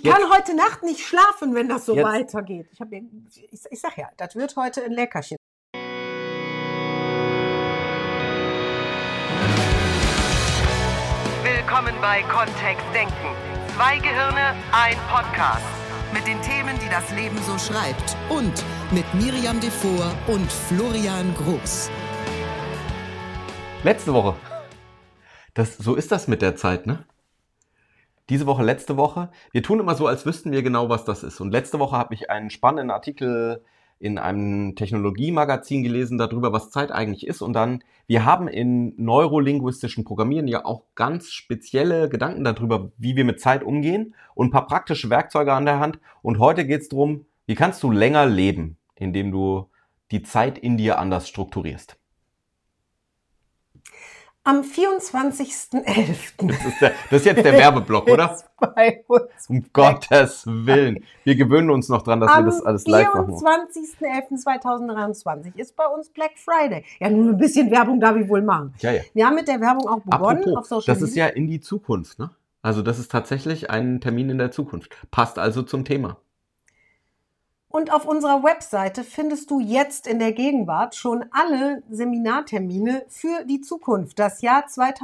kann heute Nacht nicht schlafen, wenn das so weitergeht. Ich sag ja, das wird heute ein Leckerchen. Willkommen bei Kontext Denken. 2 Gehirne, ein Podcast. Mit den Themen, die das Leben so schreibt. Und mit Miriam Devor und Florian Groß. Letzte Woche. So ist das mit der Zeit, ne? Diese Woche, letzte Woche. Wir tun immer so, als wüssten wir genau, was das ist. Und letzte Woche habe ich einen spannenden Artikel in einem Technologiemagazin gelesen darüber, was Zeit eigentlich ist. Und dann, wir haben in neurolinguistischen Programmieren ja auch ganz spezielle Gedanken darüber, wie wir mit Zeit umgehen und ein paar praktische Werkzeuge an der Hand. Und heute geht es darum, wie kannst du länger leben, indem du die Zeit in dir anders strukturierst. Am 24.11. Das ist jetzt der Werbeblock, oder? Bei uns um Gottes Willen. Wir gewöhnen uns noch dran, dass wir das alles live machen. Am 24.11.2023 ist bei uns Black Friday. Ja, nur ein bisschen Werbung darf ich wohl machen. Ja. Wir haben mit der Werbung auch begonnen. Apropos, auf Social Media. Das ist ja in die Zukunft, ne? Also das ist tatsächlich ein Termin in der Zukunft. Passt also zum Thema. Und auf unserer Webseite findest du jetzt in der Gegenwart schon alle Seminartermine für die Zukunft, das Jahr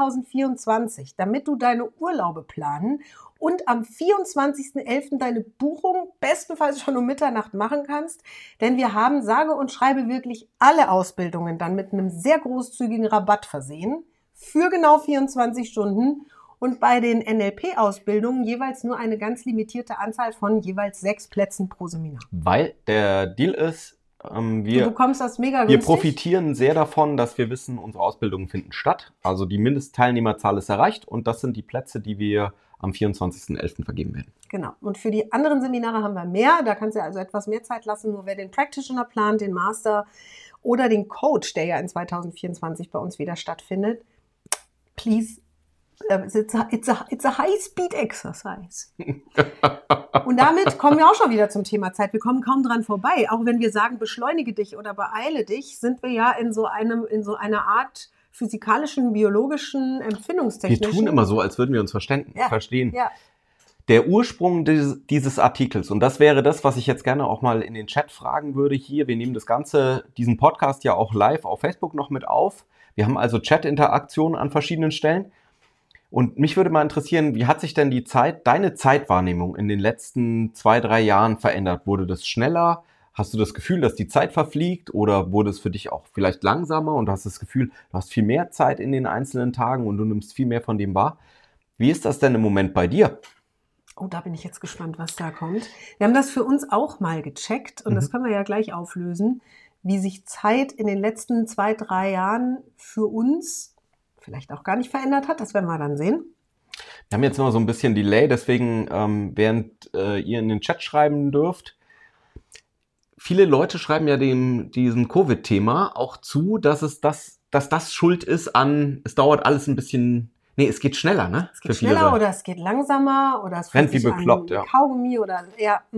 2024, damit du deine Urlaube planen und am 24.11. deine Buchung bestenfalls schon um Mitternacht machen kannst. Denn wir haben sage und schreibe wirklich alle Ausbildungen dann mit einem sehr großzügigen Rabatt versehen für genau 24 Stunden. Und bei den NLP-Ausbildungen jeweils nur eine ganz limitierte Anzahl von jeweils 6 Plätzen pro Seminar. Weil der Deal ist, du bekommst das mega wir günstig. profitieren sehr davon, dass wir wissen, unsere Ausbildungen finden statt. Also die Mindestteilnehmerzahl ist erreicht und das sind die Plätze, die wir am 24.11. vergeben werden. Genau. Und für die anderen Seminare haben wir mehr. Da kannst du also etwas mehr Zeit lassen. Nur wer den Practitioner plant, den Master oder den Coach, der ja in 2024 bei uns wieder stattfindet, please, it's a high-speed exercise. Und damit kommen wir auch schon wieder zum Thema Zeit. Wir kommen kaum dran vorbei. Auch wenn wir sagen, beschleunige dich oder beeile dich, sind wir ja in so einer Art physikalischen, biologischen, empfindungstechnischen. Wir tun immer so, als würden wir uns verstehen. Ja. Der Ursprung dieses Artikels, und das wäre das, was ich jetzt gerne auch mal in den Chat fragen würde hier. Wir nehmen diesen Podcast ja auch live auf Facebook noch mit auf. Wir haben also Chat-Interaktionen an verschiedenen Stellen. Und mich würde mal interessieren, wie hat sich denn deine Zeitwahrnehmung in den letzten 2-3 Jahren verändert? Wurde das schneller? Hast du das Gefühl, dass die Zeit verfliegt? Oder wurde es für dich auch vielleicht langsamer und du hast das Gefühl, du hast viel mehr Zeit in den einzelnen Tagen und du nimmst viel mehr von dem wahr? Wie ist das denn im Moment bei dir? Oh, da bin ich jetzt gespannt, was da kommt. Wir haben das für uns auch mal gecheckt und das können wir ja gleich auflösen, wie sich Zeit in den letzten 2-3 Jahren für uns vielleicht auch gar nicht verändert hat. Das werden wir dann sehen. Wir haben jetzt noch so ein bisschen Delay, deswegen während ihr in den Chat schreiben dürft. Viele Leute schreiben ja diesem Covid-Thema auch zu, dass das schuld ist an, es dauert alles ein bisschen, es geht schneller, ne? Es geht schneller oder es geht langsamer oder es rennt wie bekloppt, ja. Kaugummi oder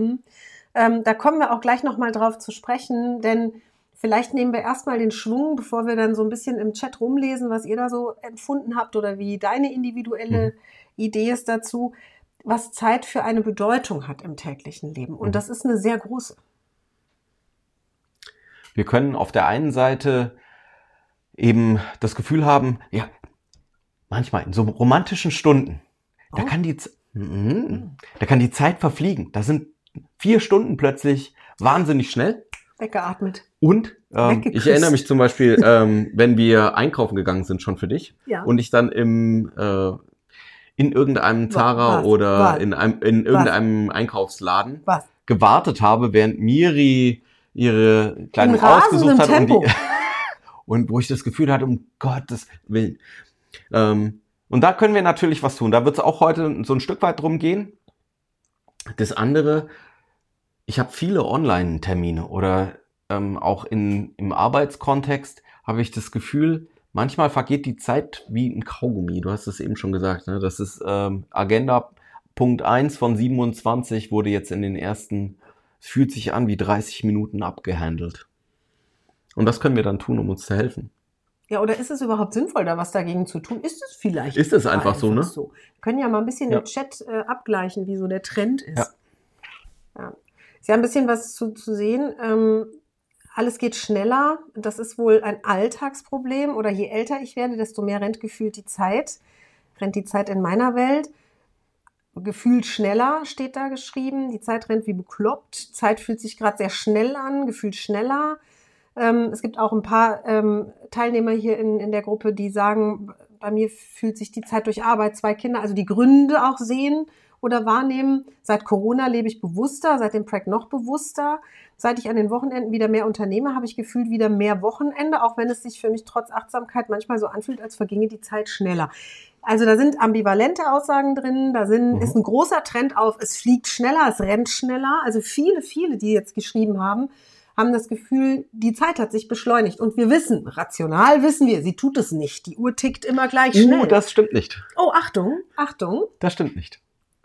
da kommen wir auch gleich nochmal drauf zu sprechen, denn vielleicht nehmen wir erstmal den Schwung, bevor wir dann so ein bisschen im Chat rumlesen, was ihr da so empfunden habt oder wie deine individuelle Idee ist dazu, was Zeit für eine Bedeutung hat im täglichen Leben. Und das ist eine sehr große. Wir können auf der einen Seite eben das Gefühl haben, ja, manchmal in so romantischen Stunden, da kann die Zeit verfliegen. Da sind 4 Stunden plötzlich wahnsinnig schnell. Weggeatmet. Und ich erinnere mich zum Beispiel, wenn wir einkaufen gegangen sind, schon für dich, und ich dann in irgendeinem Zara oder in irgendeinem Einkaufsladen gewartet habe, während Miri ihre Kleidung ausgesucht hat und wo ich das Gefühl hatte, um Gottes Willen. Und da können wir natürlich was tun. Da wird es auch heute so ein Stück weit drum gehen. Das andere, ich habe viele Online-Termine oder auch im Arbeitskontext habe ich das Gefühl, manchmal vergeht die Zeit wie ein Kaugummi. Du hast es eben schon gesagt, ne? Das ist Agenda Punkt 1 von 27 wurde jetzt in den ersten, es fühlt sich an wie 30 Minuten abgehandelt. Und das können wir dann tun, um uns zu helfen. Ja, oder ist es überhaupt sinnvoll, da was dagegen zu tun? Ist es vielleicht? Ist es einfach so, ne? So. Wir können ja mal ein bisschen im Chat abgleichen, wie so der Trend ist. Ja. Ist ja ein bisschen was zu sehen. Alles geht schneller. Das ist wohl ein Alltagsproblem. Oder je älter ich werde, desto mehr rennt gefühlt die Zeit. Rennt die Zeit in meiner Welt. Gefühlt schneller steht da geschrieben. Die Zeit rennt wie bekloppt. Zeit fühlt sich gerade sehr schnell an, gefühlt schneller. Es gibt auch ein paar Teilnehmer hier in der Gruppe, die sagen, bei mir fühlt sich die Zeit durch Arbeit, 2 Kinder, also die Gründe auch sehen oder wahrnehmen. Seit Corona lebe ich bewusster, seit dem Prag noch bewusster. Seit ich an den Wochenenden wieder mehr unternehme, habe ich gefühlt wieder mehr Wochenende, auch wenn es sich für mich trotz Achtsamkeit manchmal so anfühlt, als verginge die Zeit schneller. Also da sind ambivalente Aussagen drin, ist ein großer Trend auf, es fliegt schneller, es rennt schneller. Also viele, die jetzt geschrieben haben das Gefühl, die Zeit hat sich beschleunigt. Und wir wissen, rational wissen wir, sie tut es nicht. Die Uhr tickt immer gleich schnell. Das stimmt nicht. Oh, Achtung. Das stimmt nicht.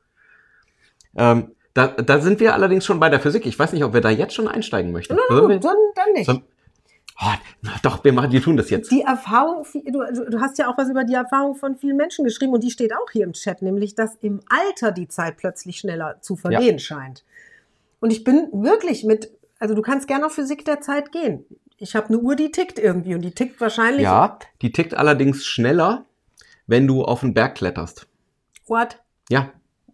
Da sind wir allerdings schon bei der Physik. Ich weiß nicht, ob wir da jetzt schon einsteigen möchten. Dann nicht. Doch, wir tun das jetzt. Die Erfahrung, du hast ja auch was über die Erfahrung von vielen Menschen geschrieben und die steht auch hier im Chat, nämlich, dass im Alter die Zeit plötzlich schneller zu vergehen scheint. Und ich bin wirklich also du kannst gerne auf Physik der Zeit gehen. Ich habe eine Uhr, die tickt irgendwie und die tickt wahrscheinlich... Ja, die tickt allerdings schneller, wenn du auf den Berg kletterst. What? Ja.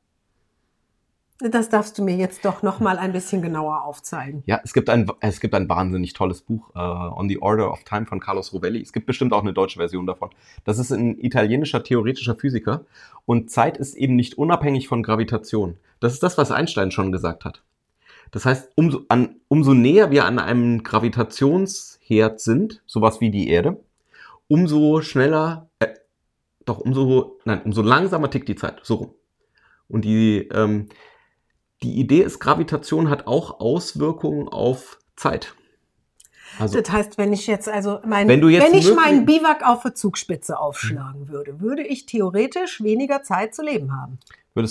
Das darfst du mir jetzt doch noch mal ein bisschen genauer aufzeigen. Ja, es gibt ein wahnsinnig tolles Buch, On the Order of Time von Carlos Rovelli. Es gibt bestimmt auch eine deutsche Version davon. Das ist ein italienischer theoretischer Physiker. Und Zeit ist eben nicht unabhängig von Gravitation. Das ist das, was Einstein schon gesagt hat. Das heißt, umso näher wir an einem Gravitationsherd sind, sowas wie die Erde, umso langsamer tickt die Zeit, so rum. Und die Idee ist, Gravitation hat auch Auswirkungen auf Zeit. Also, das heißt, wenn ich jetzt meinen Biwak auf der Zugspitze aufschlagen würde ich theoretisch weniger Zeit zu leben haben.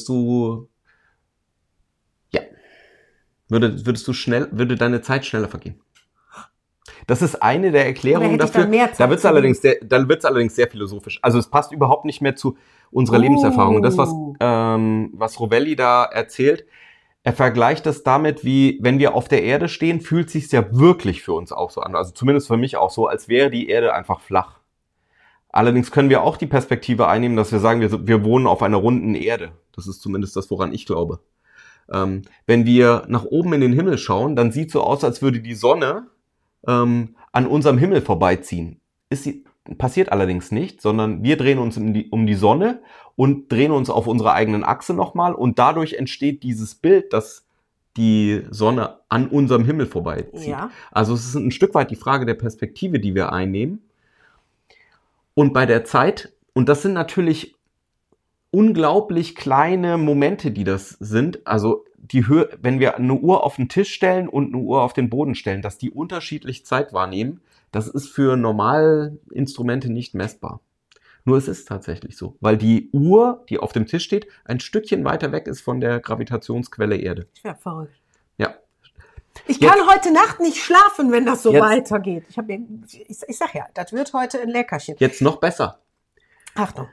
Würde deine Zeit schneller vergehen. Das ist eine der Erklärungen dafür. Da wird es allerdings sehr philosophisch. Also es passt überhaupt nicht mehr zu unserer Lebenserfahrung. Das, was Rovelli da erzählt, er vergleicht das damit, wie wenn wir auf der Erde stehen, fühlt sich's ja wirklich für uns auch so an. Also zumindest für mich auch so, als wäre die Erde einfach flach. Allerdings können wir auch die Perspektive einnehmen, dass wir sagen, wir wohnen auf einer runden Erde. Das ist zumindest das, woran ich glaube. Wenn wir nach oben in den Himmel schauen, dann sieht so aus, als würde die Sonne an unserem Himmel vorbeiziehen. Passiert allerdings nicht, sondern wir drehen uns um die Sonne und drehen uns auf unserer eigenen Achse nochmal und dadurch entsteht dieses Bild, dass die Sonne an unserem Himmel vorbeizieht. Ja. Also es ist ein Stück weit die Frage der Perspektive, die wir einnehmen. Und bei der Zeit, und das sind natürlich unglaublich kleine Momente, die das sind. Also die Höhe, wenn wir eine Uhr auf den Tisch stellen und eine Uhr auf den Boden stellen, dass die unterschiedlich Zeit wahrnehmen, das ist für Normalinstrumente nicht messbar. Nur es ist tatsächlich so, weil die Uhr, die auf dem Tisch steht, ein Stückchen weiter weg ist von der Gravitationsquelle Erde. Ich werde verrückt. Ja. Ich kann heute Nacht nicht schlafen, wenn das so weitergeht. Ich sag ja, das wird heute ein Leckerchen. Jetzt noch besser. Achtung.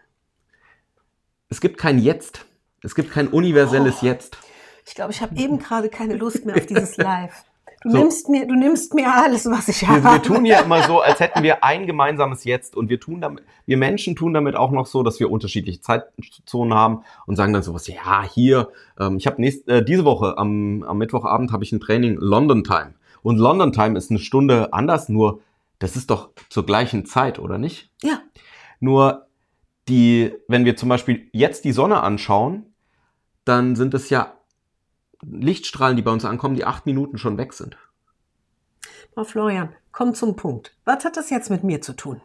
Es gibt kein Jetzt. Es gibt kein universelles Jetzt. Ich glaube, ich habe eben gerade keine Lust mehr auf dieses Live. Du nimmst mir alles, was ich habe. Wir tun ja immer so, als hätten wir ein gemeinsames Jetzt und wir Menschen tun damit auch noch so, dass wir unterschiedliche Zeitzonen haben und sagen dann sowas, ja, hier, ich habe diese Woche am Mittwochabend habe ich ein Training London Time und London Time ist eine Stunde anders, nur das ist doch zur gleichen Zeit, oder nicht? Ja. Nur wenn wir zum Beispiel jetzt die Sonne anschauen, dann sind es ja Lichtstrahlen, die bei uns ankommen, die 8 Minuten schon weg sind. Frau Florian, komm zum Punkt. Was hat das jetzt mit mir zu tun?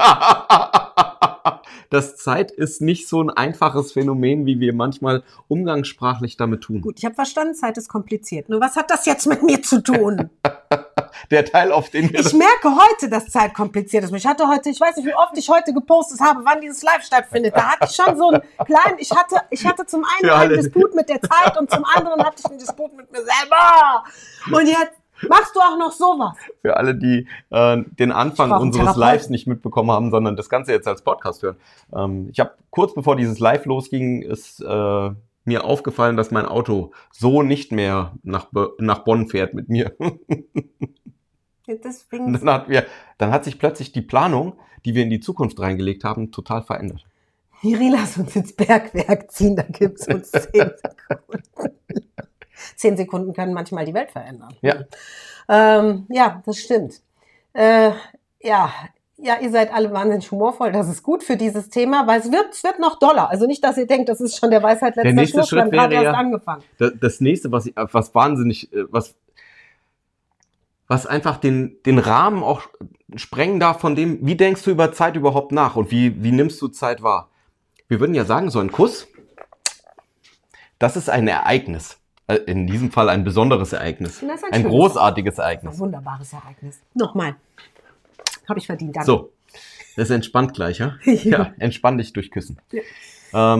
Das Zeit ist nicht so ein einfaches Phänomen, wie wir manchmal umgangssprachlich damit tun. Gut, ich habe verstanden, Zeit ist kompliziert. Nur was hat das jetzt mit mir zu tun? Der Teil, auf den wir... Ich merke heute, dass Zeit kompliziert ist. Ich weiß nicht, wie oft ich heute gepostet habe, wann dieses Live stattfindet. Da hatte ich schon so einen kleinen... Ich hatte zum einen einen Disput mit der Zeit und zum anderen hatte ich einen Disput mit mir selber. Und jetzt Machst du auch noch sowas? Für alle, die den Anfang unseres Lives nicht mitbekommen haben, sondern das Ganze jetzt als Podcast hören. Ich habe kurz bevor dieses Live losging, ist mir aufgefallen, dass mein Auto so nicht mehr nach Bonn fährt mit mir. Deswegen Dann hat sich plötzlich die Planung, die wir in die Zukunft reingelegt haben, total verändert. Miri, lass uns ins Bergwerk ziehen, da gibt's uns 10 Sekunden. 10 Sekunden können manchmal die Welt verändern. Ja. Ja, das stimmt. Ja, ihr seid alle wahnsinnig humorvoll. Das ist gut für dieses Thema, weil es wird noch doller. Also nicht, dass ihr denkt, das ist schon der Weisheit letzter Schluss. Wir haben gerade erst angefangen. Das nächste, was wahnsinnig, was einfach den Rahmen auch sprengen darf von dem, wie denkst du über Zeit überhaupt nach und wie nimmst du Zeit wahr? Wir würden ja sagen, so ein Kuss, das ist ein Ereignis. In diesem Fall ein besonderes Ereignis. Ein großartiges Ereignis. Ein wunderbares Ereignis. Nochmal. Habe ich verdient, danke. So, das entspannt gleich, ja? Ja, entspann dich durch Küssen. Ja.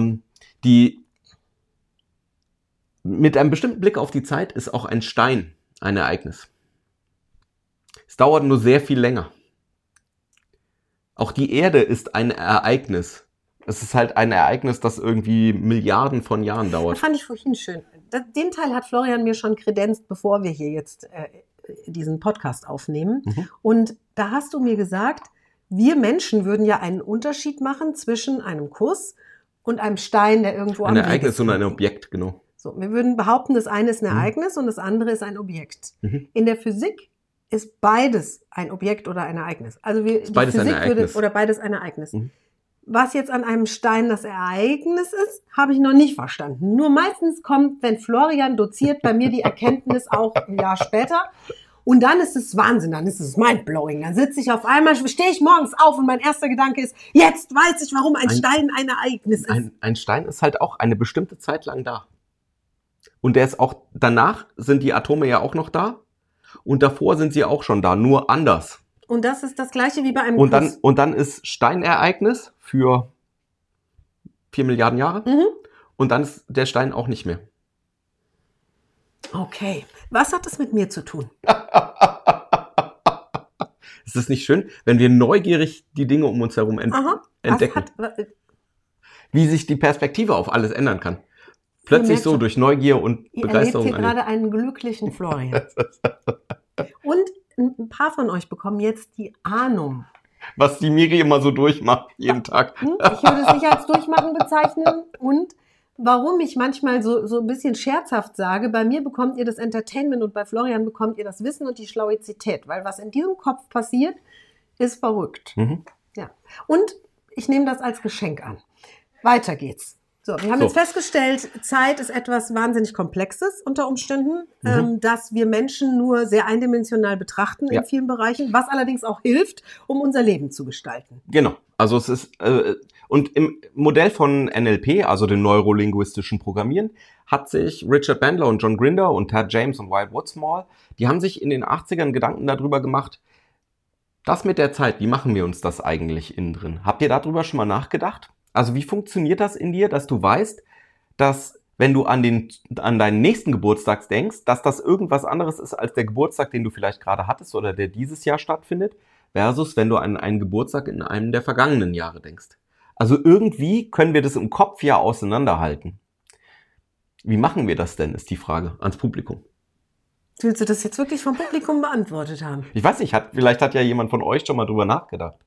Mit einem bestimmten Blick auf die Zeit ist auch ein Stein ein Ereignis. Es dauert nur sehr viel länger. Auch die Erde ist ein Ereignis. Es ist halt ein Ereignis, das irgendwie Milliarden von Jahren dauert. Das fand ich vorhin schön. Den Teil hat Florian mir schon kredenzt, bevor wir hier jetzt diesen Podcast aufnehmen. Mhm. Und da hast du mir gesagt, wir Menschen würden ja einen Unterschied machen zwischen einem Kuss und einem Stein, der irgendwo am Weg ist. Ein Ereignis und ein Objekt, genau. So, wir würden behaupten, das eine ist ein Ereignis und das andere ist ein Objekt. Mhm. In der Physik ist beides ein Objekt oder ein Ereignis. Also beides Physik ein Ereignis. Oder beides ein Ereignis. Mhm. Was jetzt an einem Stein das Ereignis ist, habe ich noch nicht verstanden. Nur meistens kommt, wenn Florian doziert, bei mir die Erkenntnis auch ein Jahr später. Und dann ist es Wahnsinn, dann ist es mindblowing. Dann sitze ich auf einmal, stehe ich morgens auf und mein erster Gedanke ist, jetzt weiß ich, warum ein Stein ein Ereignis ist. Ein Stein ist halt auch eine bestimmte Zeit lang da. Und der ist auch, danach sind die Atome ja auch noch da. Und davor sind sie auch schon da, nur anders. Und das ist das Gleiche wie bei einem Kuss. Und dann ist Steinereignis für 4 Milliarden Jahre. Mhm. Und dann ist der Stein auch nicht mehr. Okay. Was hat das mit mir zu tun? Ist es nicht schön, wenn wir neugierig die Dinge um uns herum entdecken? Wie sich die Perspektive auf alles ändern kann. Plötzlich so durch Neugier und Begeisterung. Ihr erlebt hier gerade einen glücklichen Florian. Und ein paar von euch bekommen jetzt die Ahnung. Was die Miri immer so durchmacht, jeden Tag. Ich würde es nicht als Durchmachen bezeichnen. Und warum ich manchmal so ein bisschen scherzhaft sage, bei mir bekommt ihr das Entertainment und bei Florian bekommt ihr das Wissen und die Schlauizität. Weil was in diesem Kopf passiert, ist verrückt. Mhm. Ja. Und ich nehme das als Geschenk an. Weiter geht's. So, wir haben jetzt festgestellt, Zeit ist etwas wahnsinnig Komplexes unter Umständen, dass wir Menschen nur sehr eindimensional betrachten in vielen Bereichen, was allerdings auch hilft, um unser Leben zu gestalten. Genau. Also es ist, und im Modell von NLP, also dem neurolinguistischen Programmieren, hat sich Richard Bandler und John Grinder und Ted James und Wyatt Woodsmall, die haben sich in den 80ern Gedanken darüber gemacht, das mit der Zeit, wie machen wir uns das eigentlich innen drin? Habt ihr darüber schon mal nachgedacht? Also wie funktioniert das in dir, dass du weißt, dass wenn du an deinen nächsten Geburtstag denkst, dass das irgendwas anderes ist als der Geburtstag, den du vielleicht gerade hattest oder der dieses Jahr stattfindet, versus wenn du an einen Geburtstag in einem der vergangenen Jahre denkst. Also irgendwie können wir das im Kopf ja auseinanderhalten. Wie machen wir das denn, ist die Frage ans Publikum. Willst du das jetzt wirklich vom Publikum beantwortet haben? Ich weiß nicht, vielleicht hat ja jemand von euch schon mal drüber nachgedacht.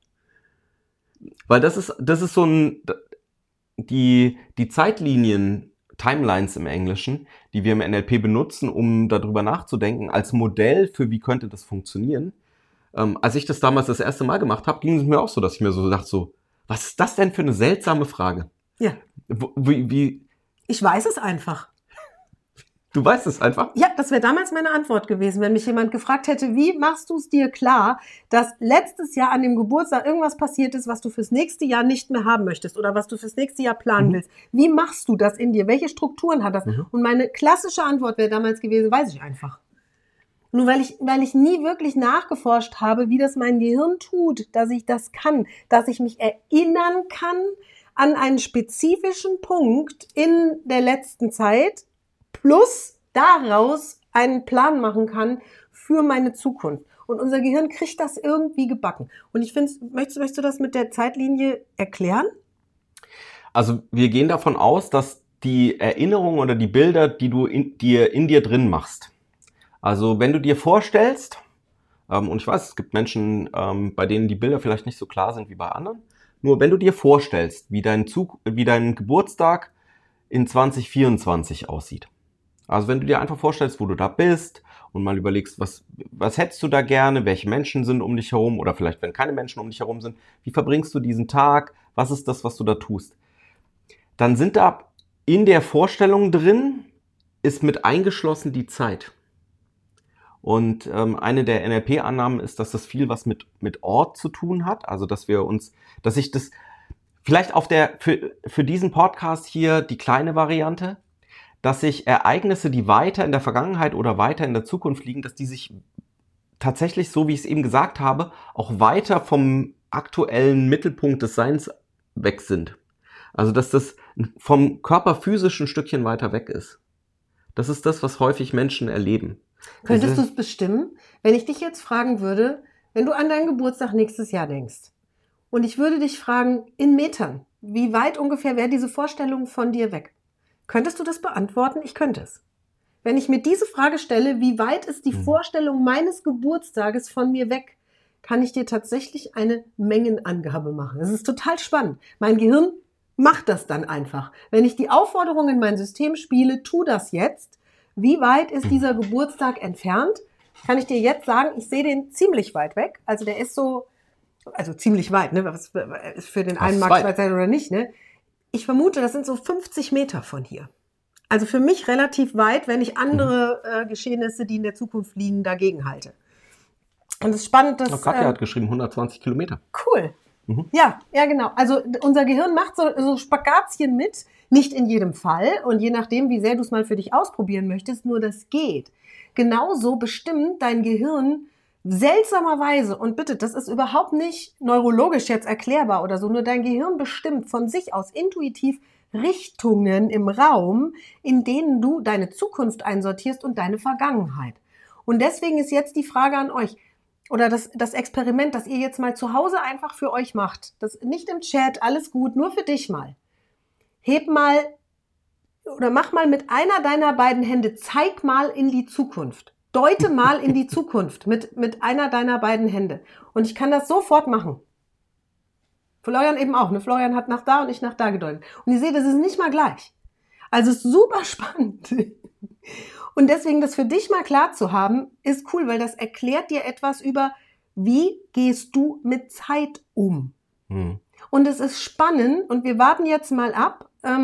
Weil das ist so die Zeitlinien, Timelines im Englischen, die wir im NLP benutzen, um darüber nachzudenken, als Modell für wie könnte das funktionieren. Als ich das damals das erste Mal gemacht habe, ging es mir auch so, dass ich mir so dachte, was ist das denn für eine seltsame Frage? Ja. Ich weiß es einfach. Du weißt es einfach? Ja, das wäre damals meine Antwort gewesen, wenn mich jemand gefragt hätte, wie machst du es dir klar, dass letztes Jahr an dem Geburtstag irgendwas passiert ist, was du fürs nächste Jahr nicht mehr haben möchtest oder was du fürs nächste Jahr planen willst. Wie machst du das in dir? Welche Strukturen hat das? Und meine klassische Antwort wäre damals gewesen, weiß ich einfach. Nur weil ich nie wirklich nachgeforscht habe, wie das mein Gehirn tut, dass ich das kann, dass ich mich erinnern kann an einen spezifischen Punkt in der letzten Zeit, plus daraus einen Plan machen kann für meine Zukunft. Und unser Gehirn kriegt das irgendwie gebacken. Und ich finde, möchtest du das mit der Zeitlinie erklären? Also wir gehen davon aus, dass die Erinnerungen oder die Bilder, die du in dir drin machst. Also wenn du dir vorstellst, und ich weiß, es gibt Menschen, bei denen die Bilder vielleicht nicht so klar sind wie bei anderen, nur wenn du dir vorstellst, wie dein Geburtstag in 2024 aussieht. Also wenn du dir einfach vorstellst, wo du da bist und mal überlegst, was hättest du da gerne, welche Menschen sind um dich herum oder vielleicht, wenn keine Menschen um dich herum sind, wie verbringst du diesen Tag, was ist das, was du da tust? Dann sind da in der Vorstellung drin, ist mit eingeschlossen die Zeit. Und eine der NLP-Annahmen ist, dass das viel was mit Ort zu tun hat. Also dass ich das vielleicht für diesen Podcast hier die kleine Variante, dass sich Ereignisse, die weiter in der Vergangenheit oder weiter in der Zukunft liegen, dass die sich tatsächlich, so wie ich es eben gesagt habe, auch weiter vom aktuellen Mittelpunkt des Seins weg sind. Also dass das vom Körper physisch ein Stückchen weiter weg ist. Das ist das, was häufig Menschen erleben. Könntest du es bestimmen, wenn ich dich jetzt fragen würde, wenn du an deinen Geburtstag nächstes Jahr denkst und ich würde dich fragen, in Metern, wie weit ungefähr wäre diese Vorstellung von dir weg? Könntest du das beantworten? Ich könnte es. Wenn ich mir diese Frage stelle, wie weit ist die Vorstellung meines Geburtstages von mir weg, kann ich dir tatsächlich eine Mengenangabe machen. Das ist total spannend. Mein Gehirn macht das dann einfach. Wenn ich die Aufforderung in mein System spiele, tu das jetzt. Wie weit ist dieser Geburtstag entfernt? Kann ich dir jetzt sagen, ich sehe den ziemlich weit weg. Also der ist also ziemlich weit, ne? Was ist für den einen mag es weit sein oder nicht, ne? Ich vermute, das sind so 50 Meter von hier. Also für mich relativ weit, wenn ich andere Geschehnisse, die in der Zukunft liegen, dagegen halte. Und es ist spannend, dass... Katja hat geschrieben 120 Kilometer. Cool. Ja, genau. Also unser Gehirn macht so Spagatien mit, nicht in jedem Fall und je nachdem, wie sehr du es mal für dich ausprobieren möchtest, nur das geht. Genauso bestimmt dein Gehirn seltsamerweise, und bitte, das ist überhaupt nicht neurologisch jetzt erklärbar oder so, nur dein Gehirn bestimmt von sich aus intuitiv Richtungen im Raum, in denen du deine Zukunft einsortierst und deine Vergangenheit. Und deswegen ist jetzt die Frage an euch, oder das Experiment, das ihr jetzt mal zu Hause einfach für euch macht, das nicht im Chat, alles gut, nur für dich mal. Heb mal oder mach mal mit einer deiner beiden Hände, zeig mal in die Zukunft. Deute mal in die Zukunft mit einer deiner beiden Hände. Und ich kann das sofort machen. Florian eben auch, ne? Florian hat nach da und ich nach da gedeutet. Und ihr seht, das ist nicht mal gleich. Also es ist super spannend. Und deswegen das für dich mal klar zu haben, ist cool, weil das erklärt dir etwas über, wie gehst du mit Zeit um. Und es ist spannend und wir warten jetzt mal ab.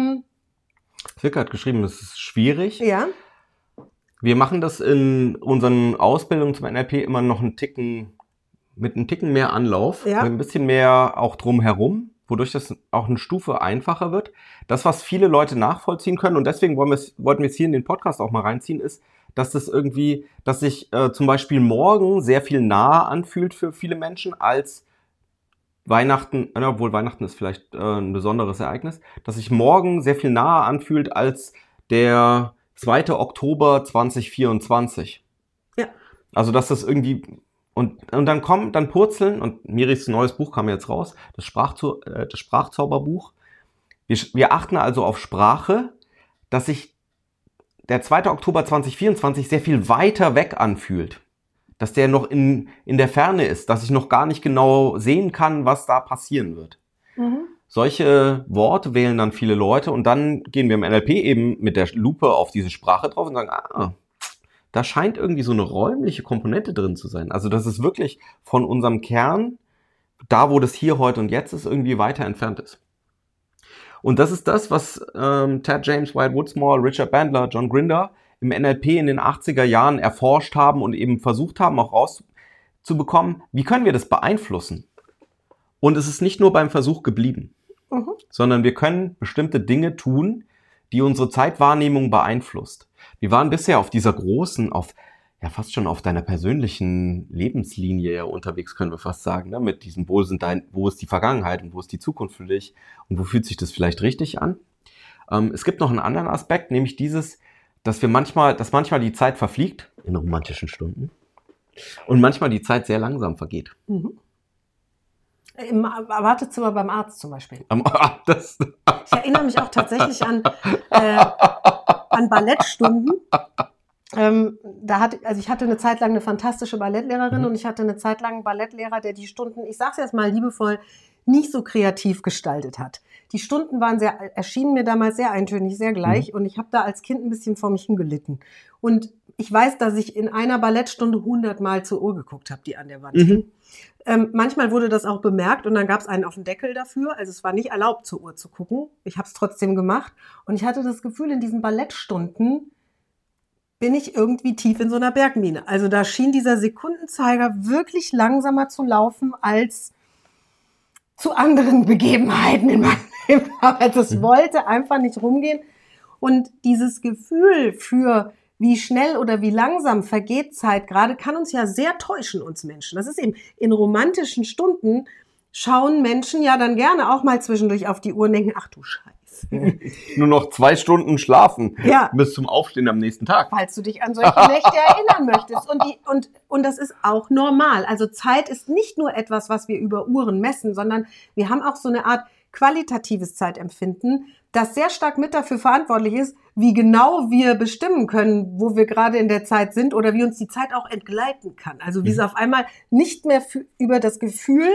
Silke hat geschrieben, es ist schwierig. Ja. Wir machen das in unseren Ausbildungen zum NLP immer noch mit einem Ticken mehr Anlauf, mit ein bisschen mehr auch drumherum, wodurch das auch eine Stufe einfacher wird. Das, was viele Leute nachvollziehen können, und deswegen wollten wir es hier in den Podcast auch mal reinziehen, ist, dass sich zum Beispiel morgen sehr viel naher anfühlt für viele Menschen als Weihnachten, obwohl Weihnachten ist vielleicht ein besonderes Ereignis, dass sich morgen sehr viel naher anfühlt als der 2. Oktober 2024. Ja. Also, dass das irgendwie, und dann purzeln, und Miris neues Buch kam jetzt raus, das Sprachzauberbuch. Wir achten also auf Sprache, dass sich der 2. Oktober 2024 sehr viel weiter weg anfühlt. Dass der noch in der Ferne ist, dass ich noch gar nicht genau sehen kann, was da passieren wird. Solche Worte wählen dann viele Leute und dann gehen wir im NLP eben mit der Lupe auf diese Sprache drauf und sagen, da scheint irgendwie so eine räumliche Komponente drin zu sein. Also dass es wirklich von unserem Kern, da wo das hier, heute und jetzt ist, irgendwie weiter entfernt ist. Und das ist das, was Ted James, Wyatt Woodsmore, Richard Bandler, John Grinder im NLP in den 80er Jahren erforscht haben und eben versucht haben, auch rauszubekommen, wie können wir das beeinflussen? Und es ist nicht nur beim Versuch geblieben, sondern wir können bestimmte Dinge tun, die unsere Zeitwahrnehmung beeinflusst. Wir waren bisher auf dieser großen, fast schon auf deiner persönlichen Lebenslinie unterwegs, können wir fast sagen, ne? Mit diesem, wo ist die Vergangenheit und wo ist die Zukunft für dich und wo fühlt sich das vielleicht richtig an? Es gibt noch einen anderen Aspekt, nämlich dass manchmal die Zeit verfliegt in romantischen Stunden. Und manchmal die Zeit sehr langsam vergeht. Mhm. Im Wartezimmer beim Arzt zum Beispiel. Ich erinnere mich auch tatsächlich an Ballettstunden. Ich hatte eine Zeit lang eine fantastische Ballettlehrerin und ich hatte eine Zeit lang einen Ballettlehrer, der die Stunden, ich sage es jetzt mal liebevoll, nicht so kreativ gestaltet hat. Die Stunden erschienen mir damals sehr eintönig, sehr gleich und ich habe da als Kind ein bisschen vor mich hingelitten. Und ich weiß, dass ich in einer Ballettstunde 100-mal zur Uhr geguckt habe, die an der Wand hing. Manchmal wurde das auch bemerkt und dann gab es einen auf den Deckel dafür. Also es war nicht erlaubt, zur Uhr zu gucken. Ich habe es trotzdem gemacht und ich hatte das Gefühl, in diesen Ballettstunden bin ich irgendwie tief in so einer Bergmine. Also da schien dieser Sekundenzeiger wirklich langsamer zu laufen als zu anderen Begebenheiten in meinem Leben. Also es wollte einfach nicht rumgehen. Und dieses Gefühl für wie schnell oder wie langsam vergeht Zeit gerade, kann uns ja sehr täuschen, uns Menschen. Das ist eben, in romantischen Stunden schauen Menschen ja dann gerne auch mal zwischendurch auf die Uhr und denken, ach du Scheiße. Nur noch 2 Stunden schlafen bis zum Aufstehen am nächsten Tag. Falls du dich an solche Nächte erinnern möchtest. Und das ist auch normal. Also Zeit ist nicht nur etwas, was wir über Uhren messen, sondern wir haben auch so eine Art qualitatives Zeitempfinden, das sehr stark mit dafür verantwortlich ist, wie genau wir bestimmen können, wo wir gerade in der Zeit sind oder wie uns die Zeit auch entgleiten kann. Also wie es auf einmal nicht mehr über das Gefühl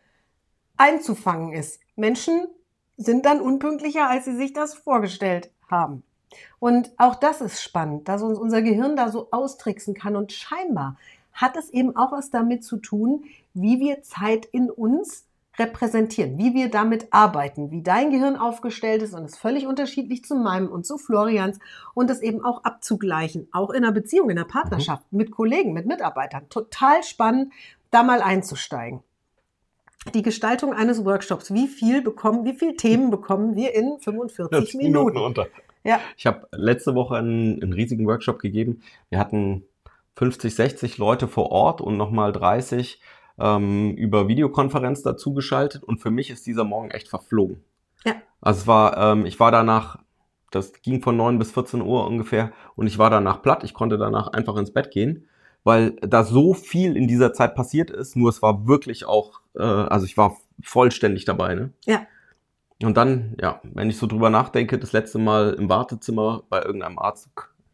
einzufangen ist. Menschen sind dann unpünktlicher, als sie sich das vorgestellt haben. Und auch das ist spannend, dass uns unser Gehirn da so austricksen kann. Und scheinbar hat es eben auch was damit zu tun, wie wir Zeit in uns repräsentieren, wie wir damit arbeiten, wie dein Gehirn aufgestellt ist und ist völlig unterschiedlich zu meinem und zu Florians und das eben auch abzugleichen, auch in einer Beziehung, in einer Partnerschaft, mit Kollegen, mit Mitarbeitern. Total spannend, da mal einzusteigen. Die Gestaltung eines Workshops, wie viel Themen bekommen wir in 45 Minuten unter. Ja. Ich habe letzte Woche einen riesigen Workshop gegeben. Wir hatten 50, 60 Leute vor Ort und nochmal 30 über Videokonferenz dazu geschaltet und für mich ist dieser Morgen echt verflogen. Ja. Also ich war danach, das ging von 9 bis 14 Uhr ungefähr und ich war danach platt, ich konnte danach einfach ins Bett gehen, weil da so viel in dieser Zeit passiert ist, nur es war wirklich auch, also ich war vollständig dabei, ne? Ja. Und dann, ja, wenn ich so drüber nachdenke, das letzte Mal im Wartezimmer bei irgendeinem Arzt,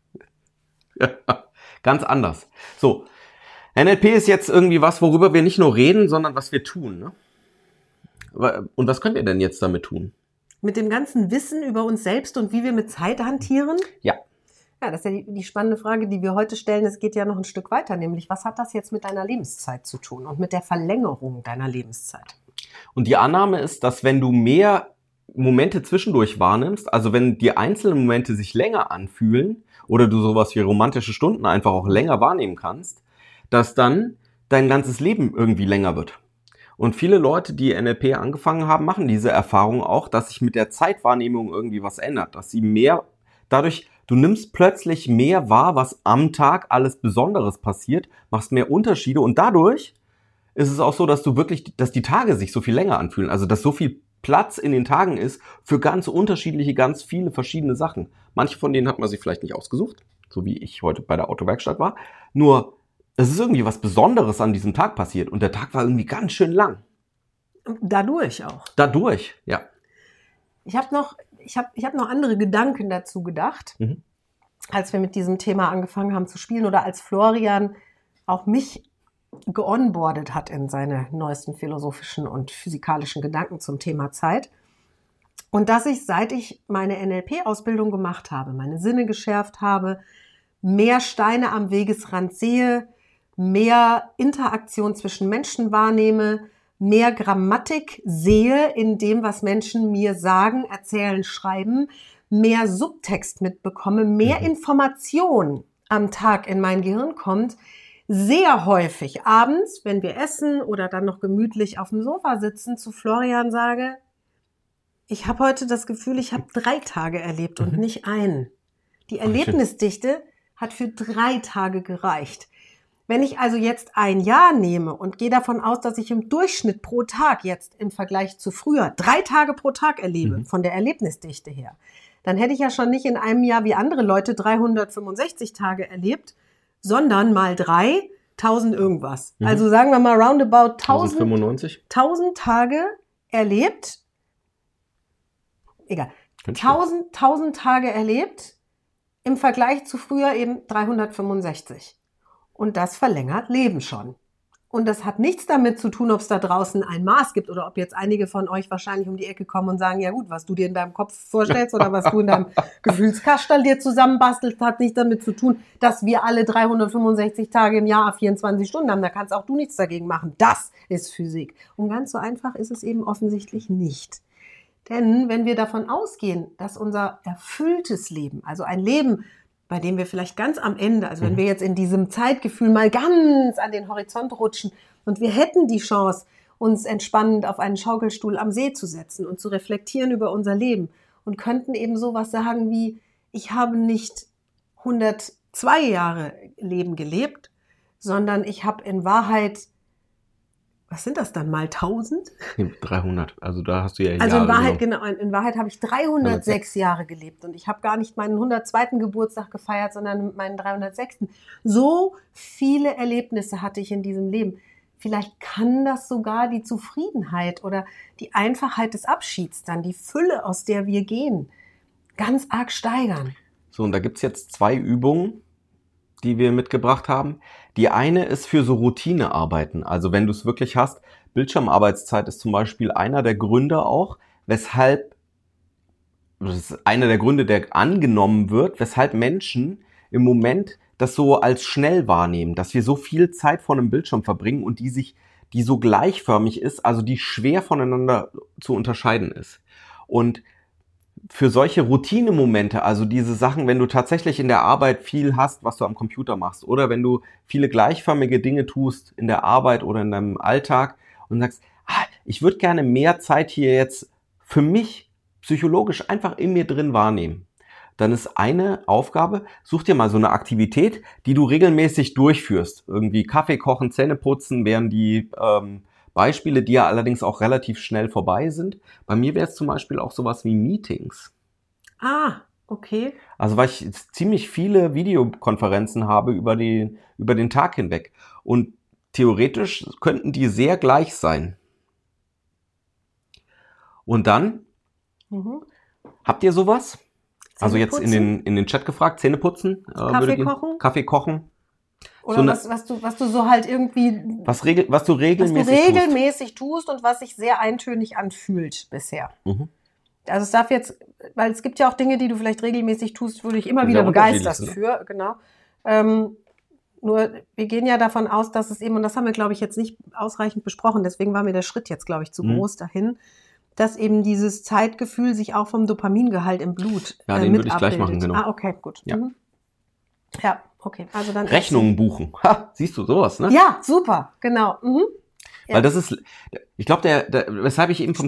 ganz anders. So. NLP ist jetzt irgendwie was, worüber wir nicht nur reden, sondern was wir tun. Ne? Und was könnt ihr denn jetzt damit tun? Mit dem ganzen Wissen über uns selbst und wie wir mit Zeit hantieren? Ja. Ja, das ist ja die spannende Frage, die wir heute stellen. Es geht ja noch ein Stück weiter, nämlich was hat das jetzt mit deiner Lebenszeit zu tun und mit der Verlängerung deiner Lebenszeit? Und die Annahme ist, dass wenn du mehr Momente zwischendurch wahrnimmst, also wenn die einzelnen Momente sich länger anfühlen oder du sowas wie romantische Stunden einfach auch länger wahrnehmen kannst, dass dann dein ganzes Leben irgendwie länger wird. Und viele Leute, die NLP angefangen haben, machen diese Erfahrung auch, dass sich mit der Zeitwahrnehmung irgendwie was ändert. Dass sie du nimmst plötzlich mehr wahr, was am Tag alles Besonderes passiert, machst mehr Unterschiede und dadurch ist es auch so, dass dass die Tage sich so viel länger anfühlen. Also, dass so viel Platz in den Tagen ist für ganz unterschiedliche, ganz viele verschiedene Sachen. Manche von denen hat man sich vielleicht nicht ausgesucht, so wie ich heute bei der Autowerkstatt war. Nur es ist irgendwie was Besonderes an diesem Tag passiert und der Tag war irgendwie ganz schön lang. Dadurch auch. Dadurch, ja. Ich habe noch andere Gedanken dazu gedacht, als wir mit diesem Thema angefangen haben zu spielen oder als Florian auch mich geonboardet hat in seine neuesten philosophischen und physikalischen Gedanken zum Thema Zeit. Und dass ich, seit ich meine NLP-Ausbildung gemacht habe, meine Sinne geschärft habe, mehr Steine am Wegesrand sehe, mehr Interaktion zwischen Menschen wahrnehme, mehr Grammatik sehe in dem, was Menschen mir sagen, erzählen, schreiben, mehr Subtext mitbekomme, mehr Information am Tag in mein Gehirn kommt, sehr häufig abends, wenn wir essen oder dann noch gemütlich auf dem Sofa sitzen, zu Florian sage, ich habe heute das Gefühl, ich habe 3 Tage erlebt und nicht einen. Die Erlebnisdichte hat für 3 Tage gereicht. Wenn ich also jetzt ein Jahr nehme und gehe davon aus, dass ich im Durchschnitt pro Tag jetzt im Vergleich zu früher 3 Tage pro Tag erlebe, von der Erlebnisdichte her, dann hätte ich ja schon nicht in einem Jahr wie andere Leute 365 Tage erlebt, sondern mal 3 1000 irgendwas. Also sagen wir mal roundabout 1095. 1000 Tage erlebt. Egal. 1000 Tage erlebt im Vergleich zu früher eben 365. Und das verlängert Leben schon. Und das hat nichts damit zu tun, ob es da draußen ein Maß gibt oder ob jetzt einige von euch wahrscheinlich um die Ecke kommen und sagen, ja gut, was du dir in deinem Kopf vorstellst oder was du in deinem Gefühlskasperl dir zusammenbastelst, hat nichts damit zu tun, dass wir alle 365 Tage im Jahr 24 Stunden haben. Da kannst auch du nichts dagegen machen. Das ist Physik. Und ganz so einfach ist es eben offensichtlich nicht. Denn wenn wir davon ausgehen, dass unser erfülltes Leben, also ein Leben, bei dem wir vielleicht ganz am Ende, also wenn wir jetzt in diesem Zeitgefühl mal ganz an den Horizont rutschen und wir hätten die Chance, uns entspannend auf einen Schaukelstuhl am See zu setzen und zu reflektieren über unser Leben und könnten eben sowas sagen wie, ich habe nicht 102 Jahre Leben gelebt, sondern ich habe in Wahrheit, was sind das dann, mal 1000? 300, also da hast du ja Also Jahre in Wahrheit, genommen. genau, in Wahrheit habe ich 306 Jahre gelebt und ich habe gar nicht meinen 102. Geburtstag gefeiert, sondern meinen 306. So viele Erlebnisse hatte ich in diesem Leben. Vielleicht kann das sogar die Zufriedenheit oder die Einfachheit des Abschieds dann, die Fülle, aus der wir gehen, ganz arg steigern. So, und da gibt's jetzt 2 Übungen, die wir mitgebracht haben. Die eine ist für so Routinearbeiten. Also wenn du es wirklich hast, Bildschirmarbeitszeit ist zum Beispiel einer der Gründe auch, weshalb, das ist einer der Gründe, der angenommen wird, weshalb Menschen im Moment das so als schnell wahrnehmen, dass wir so viel Zeit vor einem Bildschirm verbringen und die so gleichförmig ist, also die schwer voneinander zu unterscheiden ist. Und für solche Routinemomente, also diese Sachen, wenn du tatsächlich in der Arbeit viel hast, was du am Computer machst, oder wenn du viele gleichförmige Dinge tust in der Arbeit oder in deinem Alltag und sagst, ich würde gerne mehr Zeit hier jetzt für mich psychologisch einfach in mir drin wahrnehmen, dann ist eine Aufgabe, such dir mal so eine Aktivität, die du regelmäßig durchführst. Irgendwie Kaffee kochen, Zähne putzen, wären die Beispiele, die ja allerdings auch relativ schnell vorbei sind. Bei mir wäre es zum Beispiel auch sowas wie Meetings. Ah, okay. Also weil ich ziemlich viele Videokonferenzen habe über den Tag hinweg. Und theoretisch könnten die sehr gleich sein. Und dann, habt ihr sowas? Also jetzt in den Chat gefragt, Zähne putzen. Kaffee kochen. Oder so was du so halt irgendwie... Was du regelmäßig tust und was sich sehr eintönig anfühlt bisher. Also es darf jetzt, weil es gibt ja auch Dinge, die du vielleicht regelmäßig tust, wo du dich immer wieder begeisterst für. Genau. Nur wir gehen ja davon aus, dass es eben, und das haben wir, glaube ich, jetzt nicht ausreichend besprochen, deswegen war mir der Schritt jetzt, glaube ich, zu groß dahin, dass eben dieses Zeitgefühl sich auch vom Dopamingehalt im Blut ja, den würde ich gleich machen, genau. Ah, okay, gut. Ja. Ja, okay. Also dann Rechnungen buchen. Ha, siehst du sowas, ne? Ja, super, genau. Ja. Weil das ist, ich glaube, weshalb ich eben vom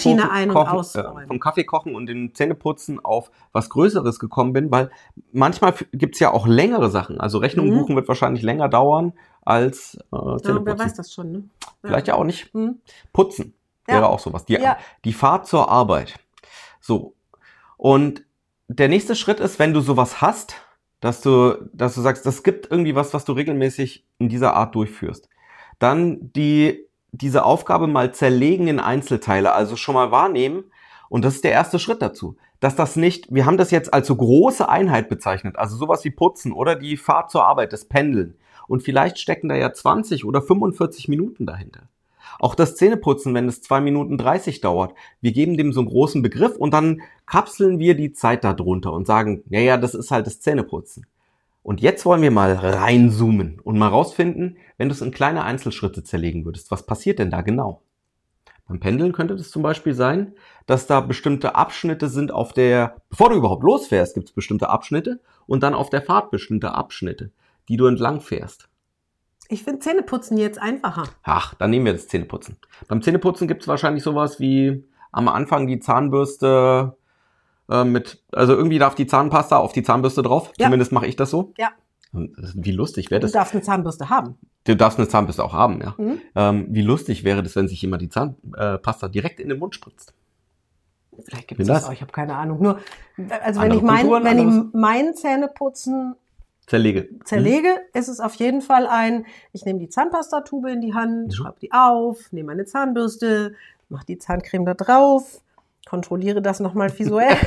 Kaffee kochen und den Zähneputzen auf was Größeres gekommen bin, weil manchmal gibt's ja auch längere Sachen. Also Rechnungen buchen wird wahrscheinlich länger dauern als Zähneputzen. Ja, wer weiß das schon, ne? Vielleicht ja auch nicht. Putzen wäre auch sowas. Die Fahrt zur Arbeit. So. Und der nächste Schritt ist, wenn du sowas hast, dass du sagst, das gibt irgendwie was du regelmäßig in dieser Art durchführst. Dann diese Aufgabe mal zerlegen in Einzelteile, also schon mal wahrnehmen. Und das ist der erste Schritt dazu. Dass das nicht, wir haben das jetzt als so große Einheit bezeichnet, also sowas wie Putzen oder die Fahrt zur Arbeit, das Pendeln. Und vielleicht stecken da ja 20 oder 45 Minuten dahinter. Auch das Zähneputzen, wenn es 2 Minuten 30 dauert, wir geben dem so einen großen Begriff und dann kapseln wir die Zeit da drunter und sagen, ja, das ist halt das Zähneputzen. Und jetzt wollen wir mal reinzoomen und mal rausfinden, wenn du es in kleine Einzelschritte zerlegen würdest, was passiert denn da genau? Beim Pendeln könnte das zum Beispiel sein, dass da bestimmte Abschnitte sind bevor du überhaupt losfährst, gibt es bestimmte Abschnitte und dann auf der Fahrt bestimmte Abschnitte, die du entlang fährst. Ich finde Zähneputzen jetzt einfacher. Ach, dann nehmen wir das Zähneputzen. Beim Zähneputzen gibt es wahrscheinlich sowas wie am Anfang die Zahnbürste also irgendwie darf die Zahnpasta auf die Zahnbürste drauf. Ja. Zumindest mache ich das so. Ja. Wie lustig wäre das? Du darfst eine Zahnbürste haben. Du darfst eine Zahnbürste auch haben, ja. Wie lustig wäre das, wenn sich jemand die Zahnpasta direkt in den Mund spritzt? Vielleicht gibt es das auch, ich habe keine Ahnung. Nur, also wenn ich mein Zähneputzen zerlege, ist es auf jeden Fall ich nehme die Zahnpastatube in die Hand, schraube die auf, nehme meine Zahnbürste, mache die Zahncreme da drauf, kontrolliere das nochmal visuell,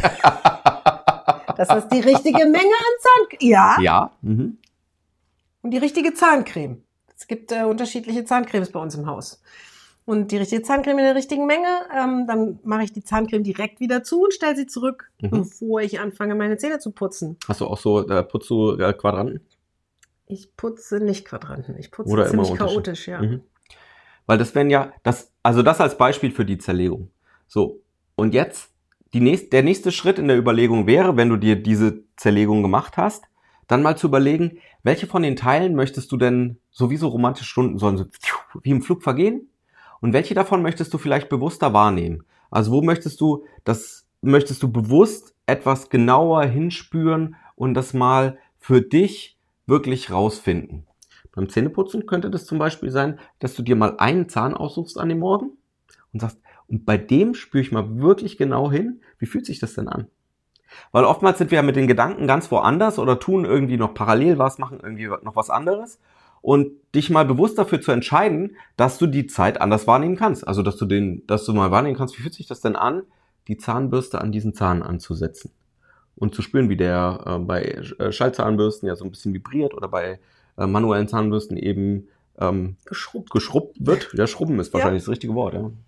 dass das die richtige Menge an Zahncreme, Ja. Und die richtige Zahncreme. Es gibt unterschiedliche Zahncremes bei uns im Haus. Und die richtige Zahncreme in der richtigen Menge, dann mache ich die Zahncreme direkt wieder zu und stelle sie zurück, bevor ich anfange, meine Zähne zu putzen. Hast du auch so, putzt du Quadranten? Ich putze nicht Quadranten, ich putze ziemlich chaotisch, ja. Weil das wären ja, das als Beispiel für die Zerlegung. So, und jetzt, der nächste Schritt in der Überlegung wäre, wenn du dir diese Zerlegung gemacht hast, dann mal zu überlegen, welche von den Teilen möchtest du denn sowieso romantische Stunden sollen so wie im Flug vergehen? Und welche davon möchtest du vielleicht bewusster wahrnehmen? Also wo möchtest du bewusst etwas genauer hinspüren und das mal für dich wirklich rausfinden? Beim Zähneputzen könnte das zum Beispiel sein, dass du dir mal einen Zahn aussuchst an dem Morgen und sagst, und bei dem spüre ich mal wirklich genau hin, wie fühlt sich das denn an? Weil oftmals sind wir ja mit den Gedanken ganz woanders oder tun irgendwie noch parallel was, machen irgendwie noch was anderes. Und dich mal bewusst dafür zu entscheiden, dass du die Zeit anders wahrnehmen kannst. Also, dass du mal wahrnehmen kannst, wie fühlt sich das denn an, die Zahnbürste an diesen Zahn anzusetzen. Und zu spüren, wie der bei Schallzahnbürsten ja so ein bisschen vibriert oder bei manuellen Zahnbürsten eben geschrubbt wird. Ja, schrubben ist wahrscheinlich das richtige Wort, ja.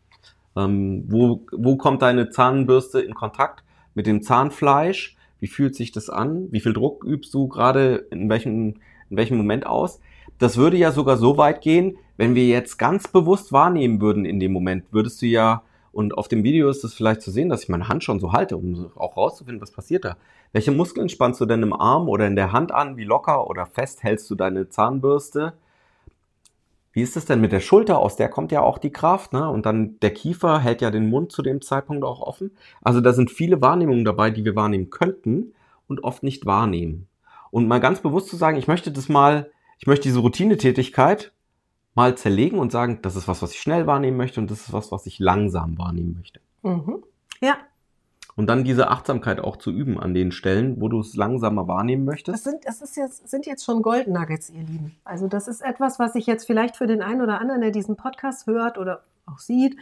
Wo kommt deine Zahnbürste in Kontakt mit dem Zahnfleisch? Wie fühlt sich das an? Wie viel Druck übst du gerade in welchem Moment aus? Das würde ja sogar so weit gehen, wenn wir jetzt ganz bewusst wahrnehmen würden in dem Moment, würdest du ja, und auf dem Video ist es vielleicht zu sehen, dass ich meine Hand schon so halte, um auch rauszufinden, was passiert da. Welche Muskeln spannst du denn im Arm oder in der Hand an? Wie locker oder fest hältst du deine Zahnbürste? Wie ist es denn mit der Schulter? Aus der kommt ja auch die Kraft, ne? Und dann der Kiefer hält ja den Mund zu dem Zeitpunkt auch offen. Also da sind viele Wahrnehmungen dabei, die wir wahrnehmen könnten und oft nicht wahrnehmen. Und mal ganz bewusst zu sagen, ich möchte diese Routinetätigkeit mal zerlegen und sagen, das ist was ich schnell wahrnehmen möchte und das ist was ich langsam wahrnehmen möchte. Ja. Und dann diese Achtsamkeit auch zu üben an den Stellen, wo du es langsamer wahrnehmen möchtest. Sind jetzt schon Gold Nuggets, ihr Lieben. Also das ist etwas, was ich jetzt vielleicht für den einen oder anderen, der diesen Podcast hört oder auch sieht,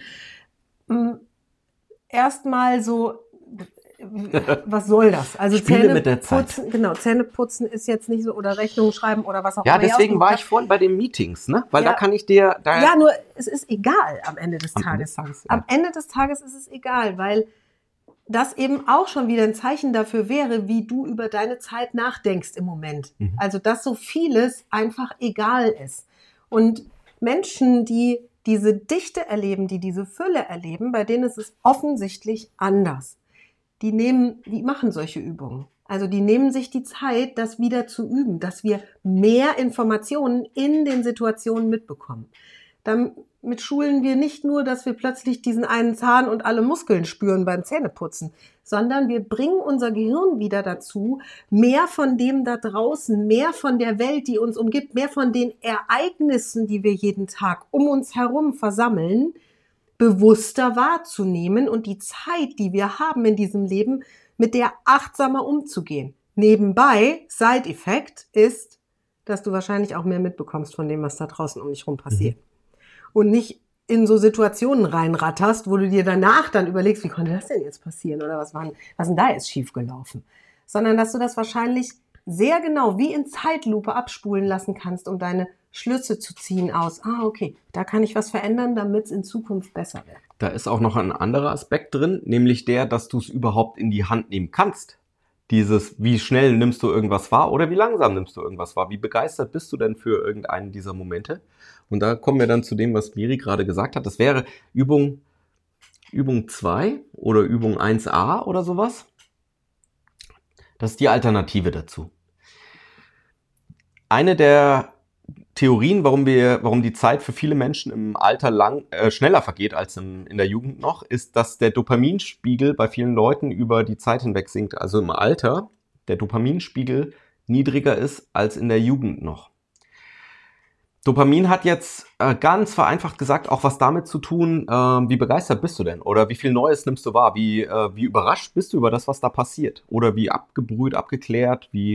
erstmal so, was soll das? Also Spiele mit der Zeit. Zähneputzen ist jetzt nicht so, oder Rechnungen schreiben oder was auch immer. Ja, deswegen war ich vorhin bei den Meetings, ne? Weil da kann ich dir... Ja, nur es ist egal am Ende des Tages. Am Ende des Tages ist es egal, weil das eben auch schon wieder ein Zeichen dafür wäre, wie du über deine Zeit nachdenkst im Moment. Also, dass so vieles einfach egal ist. Und Menschen, die diese Dichte erleben, die diese Fülle erleben, bei denen ist es offensichtlich anders. Die machen solche Übungen. Also die nehmen sich die Zeit, das wieder zu üben, dass wir mehr Informationen in den Situationen mitbekommen. Damit schulen wir nicht nur, dass wir plötzlich diesen einen Zahn und alle Muskeln spüren beim Zähneputzen, sondern wir bringen unser Gehirn wieder dazu, mehr von dem da draußen, mehr von der Welt, die uns umgibt, mehr von den Ereignissen, die wir jeden Tag um uns herum versammeln, bewusster wahrzunehmen und die Zeit, die wir haben in diesem Leben, mit der achtsamer umzugehen. Nebenbei, Side-Effekt ist, dass du wahrscheinlich auch mehr mitbekommst von dem, was da draußen um dich rum passiert. Und nicht in so Situationen reinratterst, wo du dir danach dann überlegst, wie konnte das denn jetzt passieren oder was denn da jetzt schiefgelaufen? Sondern dass du das wahrscheinlich sehr genau wie in Zeitlupe abspulen lassen kannst, um deine Schlüsse zu ziehen aus, okay, da kann ich was verändern, damit es in Zukunft besser wird. Da ist auch noch ein anderer Aspekt drin, nämlich der, dass du es überhaupt in die Hand nehmen kannst. Dieses, wie schnell nimmst du irgendwas wahr oder wie langsam nimmst du irgendwas wahr? Wie begeistert bist du denn für irgendeinen dieser Momente? Und da kommen wir dann zu dem, was Miri gerade gesagt hat. Das wäre Übung 2 oder Übung 1a oder sowas. Das ist die Alternative dazu. Eine der Theorien, warum die Zeit für viele Menschen im Alter schneller vergeht als in der Jugend noch, ist, dass der Dopaminspiegel bei vielen Leuten über die Zeit hinweg sinkt. Also im Alter der Dopaminspiegel niedriger ist als in der Jugend noch. Dopamin hat jetzt ganz vereinfacht gesagt auch was damit zu tun, wie begeistert bist du denn? Oder wie viel Neues nimmst du wahr? Wie überrascht bist du über das, was da passiert? Oder wie abgebrüht, abgeklärt, wie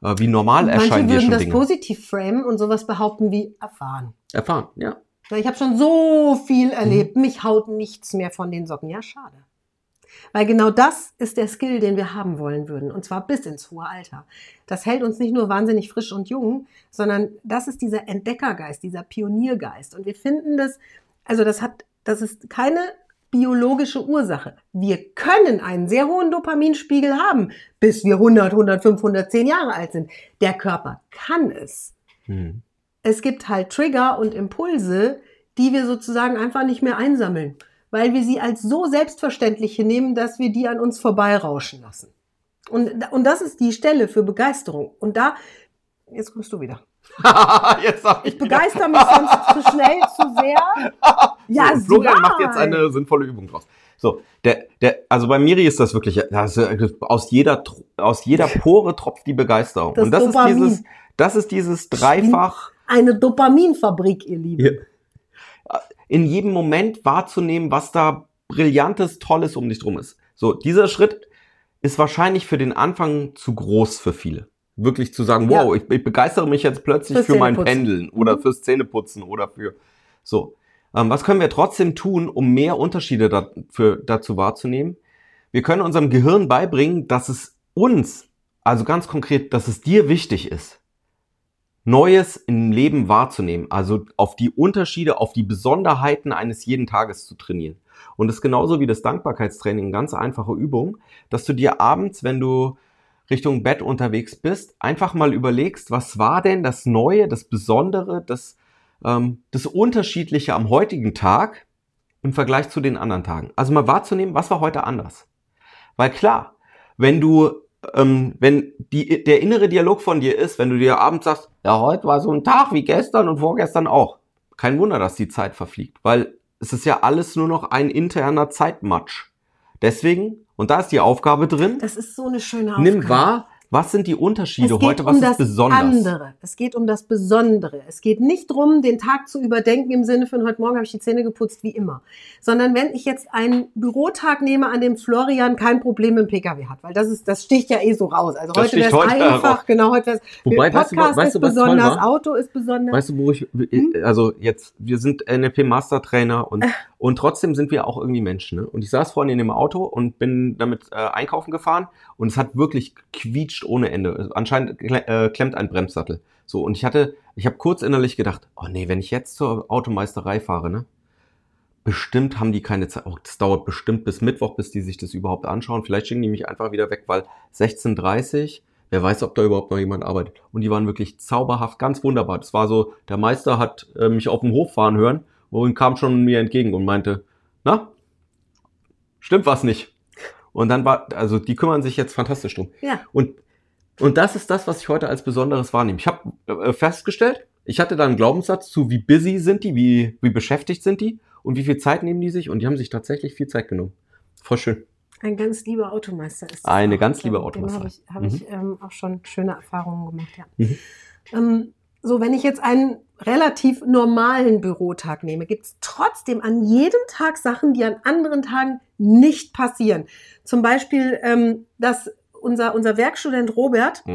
wie normal erscheinen dir schon Dinge. Manche würden das positiv framen und sowas behaupten wie erfahren. Erfahren, ja. Ich habe schon so viel erlebt, mich haut nichts mehr von den Socken. Ja, schade. Weil genau das ist der Skill, den wir haben wollen würden. Und zwar bis ins hohe Alter. Das hält uns nicht nur wahnsinnig frisch und jung, sondern das ist dieser Entdeckergeist, dieser Pioniergeist. Und wir finden das, also das ist keine biologische Ursache. Wir können einen sehr hohen Dopaminspiegel haben, bis wir 100, 105, 110 Jahre alt sind. Der Körper kann es. Es gibt halt Trigger und Impulse, die wir sozusagen einfach nicht mehr einsammeln, weil wir sie als so selbstverständlich nehmen, dass wir die an uns vorbeirauschen lassen. Und das ist die Stelle für Begeisterung. Und da, jetzt kommst du wieder. Ich begeister mich sonst zu schnell, zu sehr. Ja, so, Florian macht jetzt eine sinnvolle Übung draus. So, also bei Miri ist das wirklich, aus jeder Pore tropft die Begeisterung. Und das ist dieses Dreifach. Eine Dopaminfabrik, ihr Lieben. In jedem Moment wahrzunehmen, was da Brillantes, Tolles um dich drum ist. So, dieser Schritt ist wahrscheinlich für den Anfang zu groß für viele. Wirklich zu sagen, wow, ich begeistere mich jetzt plötzlich für mein Pendeln oder fürs Zähneputzen oder für so. Was können wir trotzdem tun, um mehr Unterschiede dazu wahrzunehmen? Wir können unserem Gehirn beibringen, dass es uns, also ganz konkret, dass es dir wichtig ist, Neues im Leben wahrzunehmen, also auf die Unterschiede, auf die Besonderheiten eines jeden Tages zu trainieren. Und das ist genauso wie das Dankbarkeitstraining, eine ganz einfache Übung, dass du dir abends, wenn du Richtung Bett unterwegs bist, einfach mal überlegst, was war denn das Neue, das Besondere, das Unterschiedliche am heutigen Tag im Vergleich zu den anderen Tagen. Also mal wahrzunehmen, was war heute anders. Weil klar, wenn der innere Dialog von dir ist, wenn du dir abends sagst, ja, heute war so ein Tag wie gestern und vorgestern auch. Kein Wunder, dass die Zeit verfliegt, weil es ist ja alles nur noch ein interner Zeitmatsch. Deswegen, und da ist die Aufgabe drin. Das ist so eine schöne Aufgabe. Nimm wahr, was sind die Unterschiede heute, was ist besonders? Es geht um das Besondere. Es geht nicht darum, den Tag zu überdenken im Sinne von, heute Morgen habe ich die Zähne geputzt, wie immer. Sondern wenn ich jetzt einen Bürotag nehme, an dem Florian kein Problem im PKW hat, weil das sticht ja so raus. Also heute wäre es einfach, genau, heute wäre es, Wobei, Podcast ist besonders, Auto ist besonders. Weißt du, also jetzt, wir sind NLP Mastertrainer und trotzdem sind wir auch irgendwie Menschen. Ne? Und ich saß vorhin in dem Auto und bin damit einkaufen gefahren und es hat wirklich quietscht ohne Ende. Anscheinend klemmt ein Bremssattel. So, und ich habe kurz innerlich gedacht, oh nee, wenn ich jetzt zur Automeisterei fahre, ne, bestimmt haben die keine Zeit. Oh, das dauert bestimmt bis Mittwoch, bis die sich das überhaupt anschauen. Vielleicht schicken die mich einfach wieder weg, weil 16:30, wer weiß, ob da überhaupt noch jemand arbeitet. Und die waren wirklich zauberhaft, ganz wunderbar. Das war so, der Meister hat mich auf dem Hof fahren hören und kam schon mir entgegen und meinte, na, stimmt was nicht. Und dann also die kümmern sich jetzt fantastisch drum. Ja. Und das ist das, was ich heute als Besonderes wahrnehme. Ich habe festgestellt, ich hatte da einen Glaubenssatz zu, wie busy sind die, wie beschäftigt sind die und wie viel Zeit nehmen die sich. Und die haben sich tatsächlich viel Zeit genommen. Voll schön. Ein ganz lieber Automeister ist das. Eine ganz liebe Automeister. Habe ich auch schon schöne Erfahrungen gemacht, ja. So, wenn ich jetzt einen relativ normalen Bürotag nehme, gibt es trotzdem an jedem Tag Sachen, die an anderen Tagen nicht passieren. Zum Beispiel, dass unser Werkstudent Robert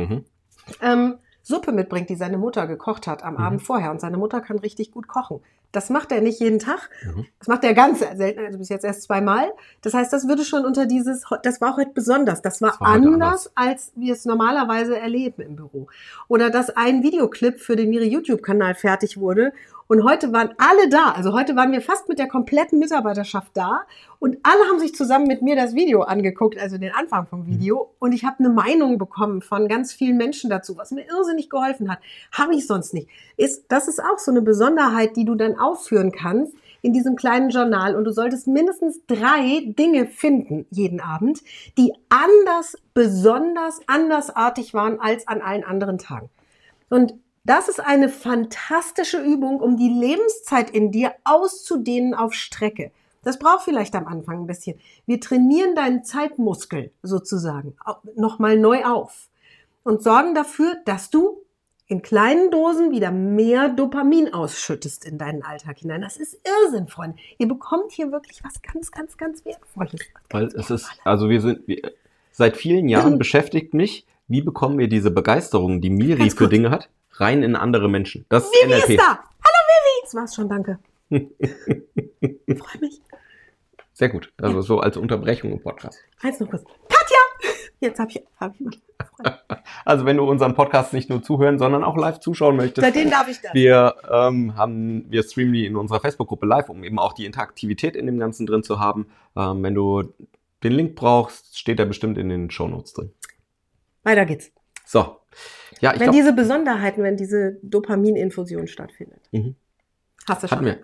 Suppe mitbringt, die seine Mutter gekocht hat am Abend vorher. Und seine Mutter kann richtig gut kochen. Das macht er nicht jeden Tag. Das macht er ganz selten, also bis jetzt erst 2-mal. Das heißt, das würde schon unter das war auch heute besonders. Das war anders, als wir es normalerweise erleben im Büro. Oder dass ein Videoclip für den Miri YouTube-Kanal fertig wurde. Und heute waren alle da. Also heute waren wir fast mit der kompletten Mitarbeiterschaft da. Und alle haben sich zusammen mit mir das Video angeguckt, also den Anfang vom Video. Und ich habe eine Meinung bekommen von ganz vielen Menschen dazu, was mir irrsinnig geholfen hat. Habe ich sonst nicht. Das ist auch so eine Besonderheit, die du dann aufführen kannst in diesem kleinen Journal. Und du solltest mindestens 3 Dinge finden jeden Abend, die besonders andersartig waren als an allen anderen Tagen. Und das ist eine fantastische Übung, um die Lebenszeit in dir auszudehnen auf Strecke. Das braucht vielleicht am Anfang ein bisschen. Wir trainieren deinen Zeitmuskel sozusagen nochmal neu auf und sorgen dafür, dass du in kleinen Dosen wieder mehr Dopamin ausschüttest in deinen Alltag hinein. Das ist Irrsinn, Freunde. Ihr bekommt hier wirklich was ganz, ganz, ganz Wertvolles. Weil es ist, also seit vielen Jahren beschäftigt mich wie bekommen wir diese Begeisterung, die Miri für Dinge hat, rein in andere Menschen? Das ist Vivi NLP. ist da! Hallo Vivi! Das war's schon, danke. Freue mich. Sehr gut. Also so als Unterbrechung im Podcast. Eins noch kurz. Katja! Jetzt hab ich mal. Also wenn du unseren Podcast nicht nur zuhören, sondern auch live zuschauen möchtest. Seitdem darf ich das. Wir streamen die in unserer Facebook-Gruppe live, um eben auch die Interaktivität in dem Ganzen drin zu haben. Wenn du den Link brauchst, steht er bestimmt in den Shownotes drin. Weiter geht's. So. Ja, wenn diese Besonderheiten, wenn diese Dopamininfusion stattfindet. Mhm. Hast du schon. Hatten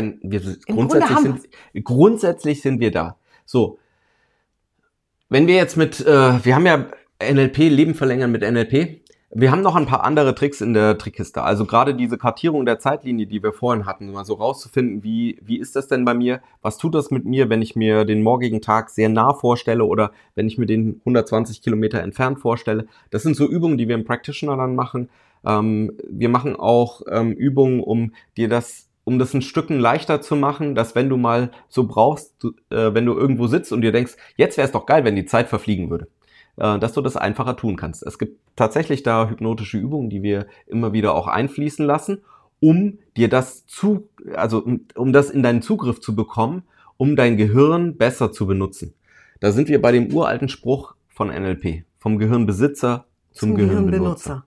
wir. Grundsätzlich sind wir da. So. Wenn wir jetzt wir haben ja NLP, Leben verlängern mit NLP. Wir haben noch ein paar andere Tricks in der Trickkiste. Also gerade diese Kartierung der Zeitlinie, die wir vorhin hatten, mal so rauszufinden, wie ist das denn bei mir? Was tut das mit mir, wenn ich mir den morgigen Tag sehr nah vorstelle oder wenn ich mir den 120 Kilometer entfernt vorstelle? Das sind so Übungen, die wir im Practitioner dann machen. Wir machen auch Übungen, um das ein Stückchen leichter zu machen, dass wenn du mal so brauchst, wenn du irgendwo sitzt und dir denkst, jetzt wäre es doch geil, wenn die Zeit verfliegen würde, dass du das einfacher tun kannst. Es gibt tatsächlich da hypnotische Übungen, die wir immer wieder auch einfließen lassen, um dir das um das in deinen Zugriff zu bekommen, um dein Gehirn besser zu benutzen. Da sind wir bei dem uralten Spruch von NLP, vom Gehirnbesitzer zum Gehirnbenutzer.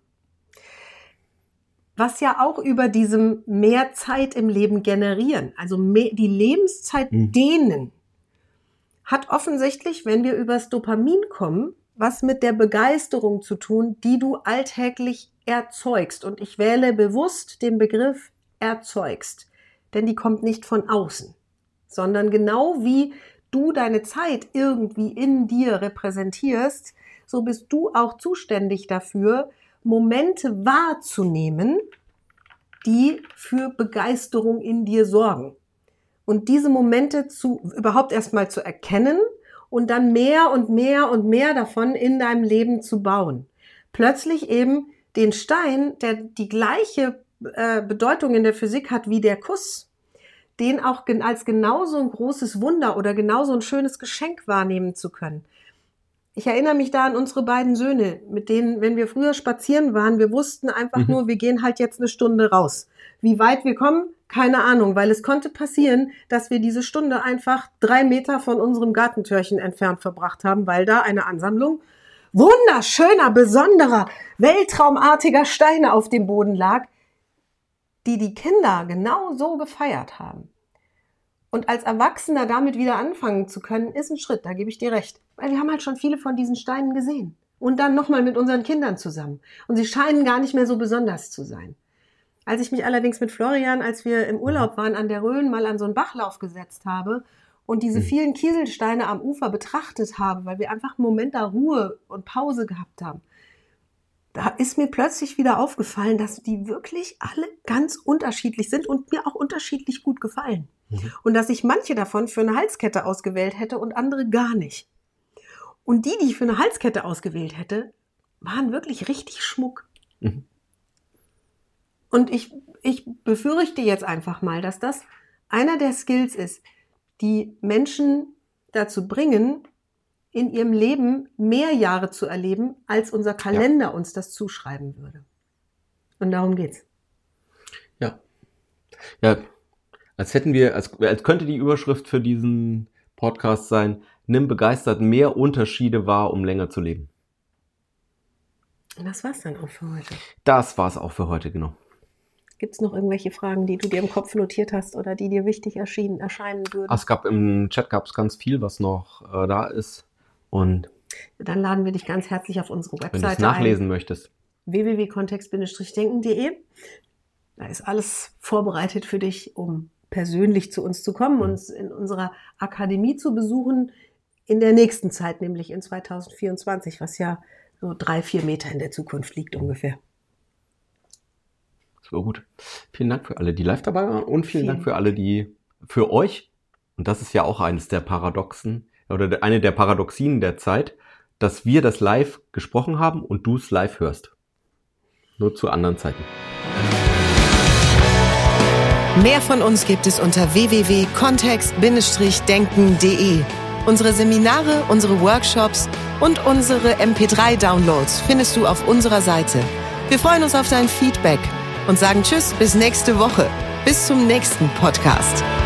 Was ja auch über diesem mehr Zeit im Leben generieren, also die Lebenszeit dehnen, hat offensichtlich, wenn wir übers Dopamin kommen, was mit der Begeisterung zu tun, die du alltäglich erzeugst. Und ich wähle bewusst den Begriff erzeugst, denn die kommt nicht von außen, sondern genau wie du deine Zeit irgendwie in dir repräsentierst, so bist du auch zuständig dafür, Momente wahrzunehmen, die für Begeisterung in dir sorgen. Und diese Momente überhaupt erstmal zu erkennen und dann mehr und mehr und mehr davon in deinem Leben zu bauen. Plötzlich eben den Stein, der die gleiche Bedeutung in der Physik hat wie der Kuss, den auch als genauso ein großes Wunder oder genauso ein schönes Geschenk wahrnehmen zu können. Ich erinnere mich da an unsere beiden Söhne, mit denen, wenn wir früher spazieren waren, wir wussten einfach nur, wir gehen halt jetzt eine Stunde raus. Wie weit wir kommen, keine Ahnung, weil es konnte passieren, dass wir diese Stunde einfach 3 Meter von unserem Gartentürchen entfernt verbracht haben, weil da eine Ansammlung wunderschöner, besonderer, weltraumartiger Steine auf dem Boden lag, die Kinder genau so gefeiert haben. Und als Erwachsener damit wieder anfangen zu können, ist ein Schritt, da gebe ich dir recht. Weil wir haben halt schon viele von diesen Steinen gesehen. Und dann nochmal mit unseren Kindern zusammen. Und sie scheinen gar nicht mehr so besonders zu sein. Als ich mich allerdings mit Florian, als wir im Urlaub waren, an der Rhön mal an so einen Bachlauf gesetzt habe und diese vielen Kieselsteine am Ufer betrachtet habe, weil wir einfach einen Moment da Ruhe und Pause gehabt haben, da ist mir plötzlich wieder aufgefallen, dass die wirklich alle ganz unterschiedlich sind und mir auch unterschiedlich gut gefallen. Und dass ich manche davon für eine Halskette ausgewählt hätte und andere gar nicht. Und die ich für eine Halskette ausgewählt hätte, waren wirklich richtig Schmuck. Und ich befürchte jetzt einfach mal, dass das einer der Skills ist, die Menschen dazu bringen, in ihrem Leben mehr Jahre zu erleben, als unser Kalender uns das zuschreiben würde. Und darum geht's. Ja, als könnte die Überschrift für diesen Podcast sein, nimm begeistert mehr Unterschiede wahr, um länger zu leben. Und das war's dann auch für heute. Das war's auch für heute, genau. Gibt's noch irgendwelche Fragen, die du dir im Kopf notiert hast oder die dir wichtig erscheinen würden? Im Chat gab es ganz viel, was noch da ist. Und dann laden wir dich ganz herzlich auf unsere Webseite ein. Wenn du es nachlesen möchtest. www.kontext-denken.de. Da ist alles vorbereitet für dich, um persönlich zu uns zu kommen, uns in unserer Akademie zu besuchen, in der nächsten Zeit, nämlich in 2024, was ja so 3-4 Meter in der Zukunft liegt ungefähr. Das war gut. Vielen Dank für alle, die live dabei waren und vielen Dank für alle, die für euch, und das ist ja auch eines der Paradoxen, oder eine der Paradoxien der Zeit, dass wir das live gesprochen haben und du es live hörst. Nur zu anderen Zeiten. Mehr von uns gibt es unter www.kontext-denken.de. Unsere Seminare, unsere Workshops und unsere MP3-Downloads findest du auf unserer Seite. Wir freuen uns auf dein Feedback und sagen Tschüss bis nächste Woche. Bis zum nächsten Podcast.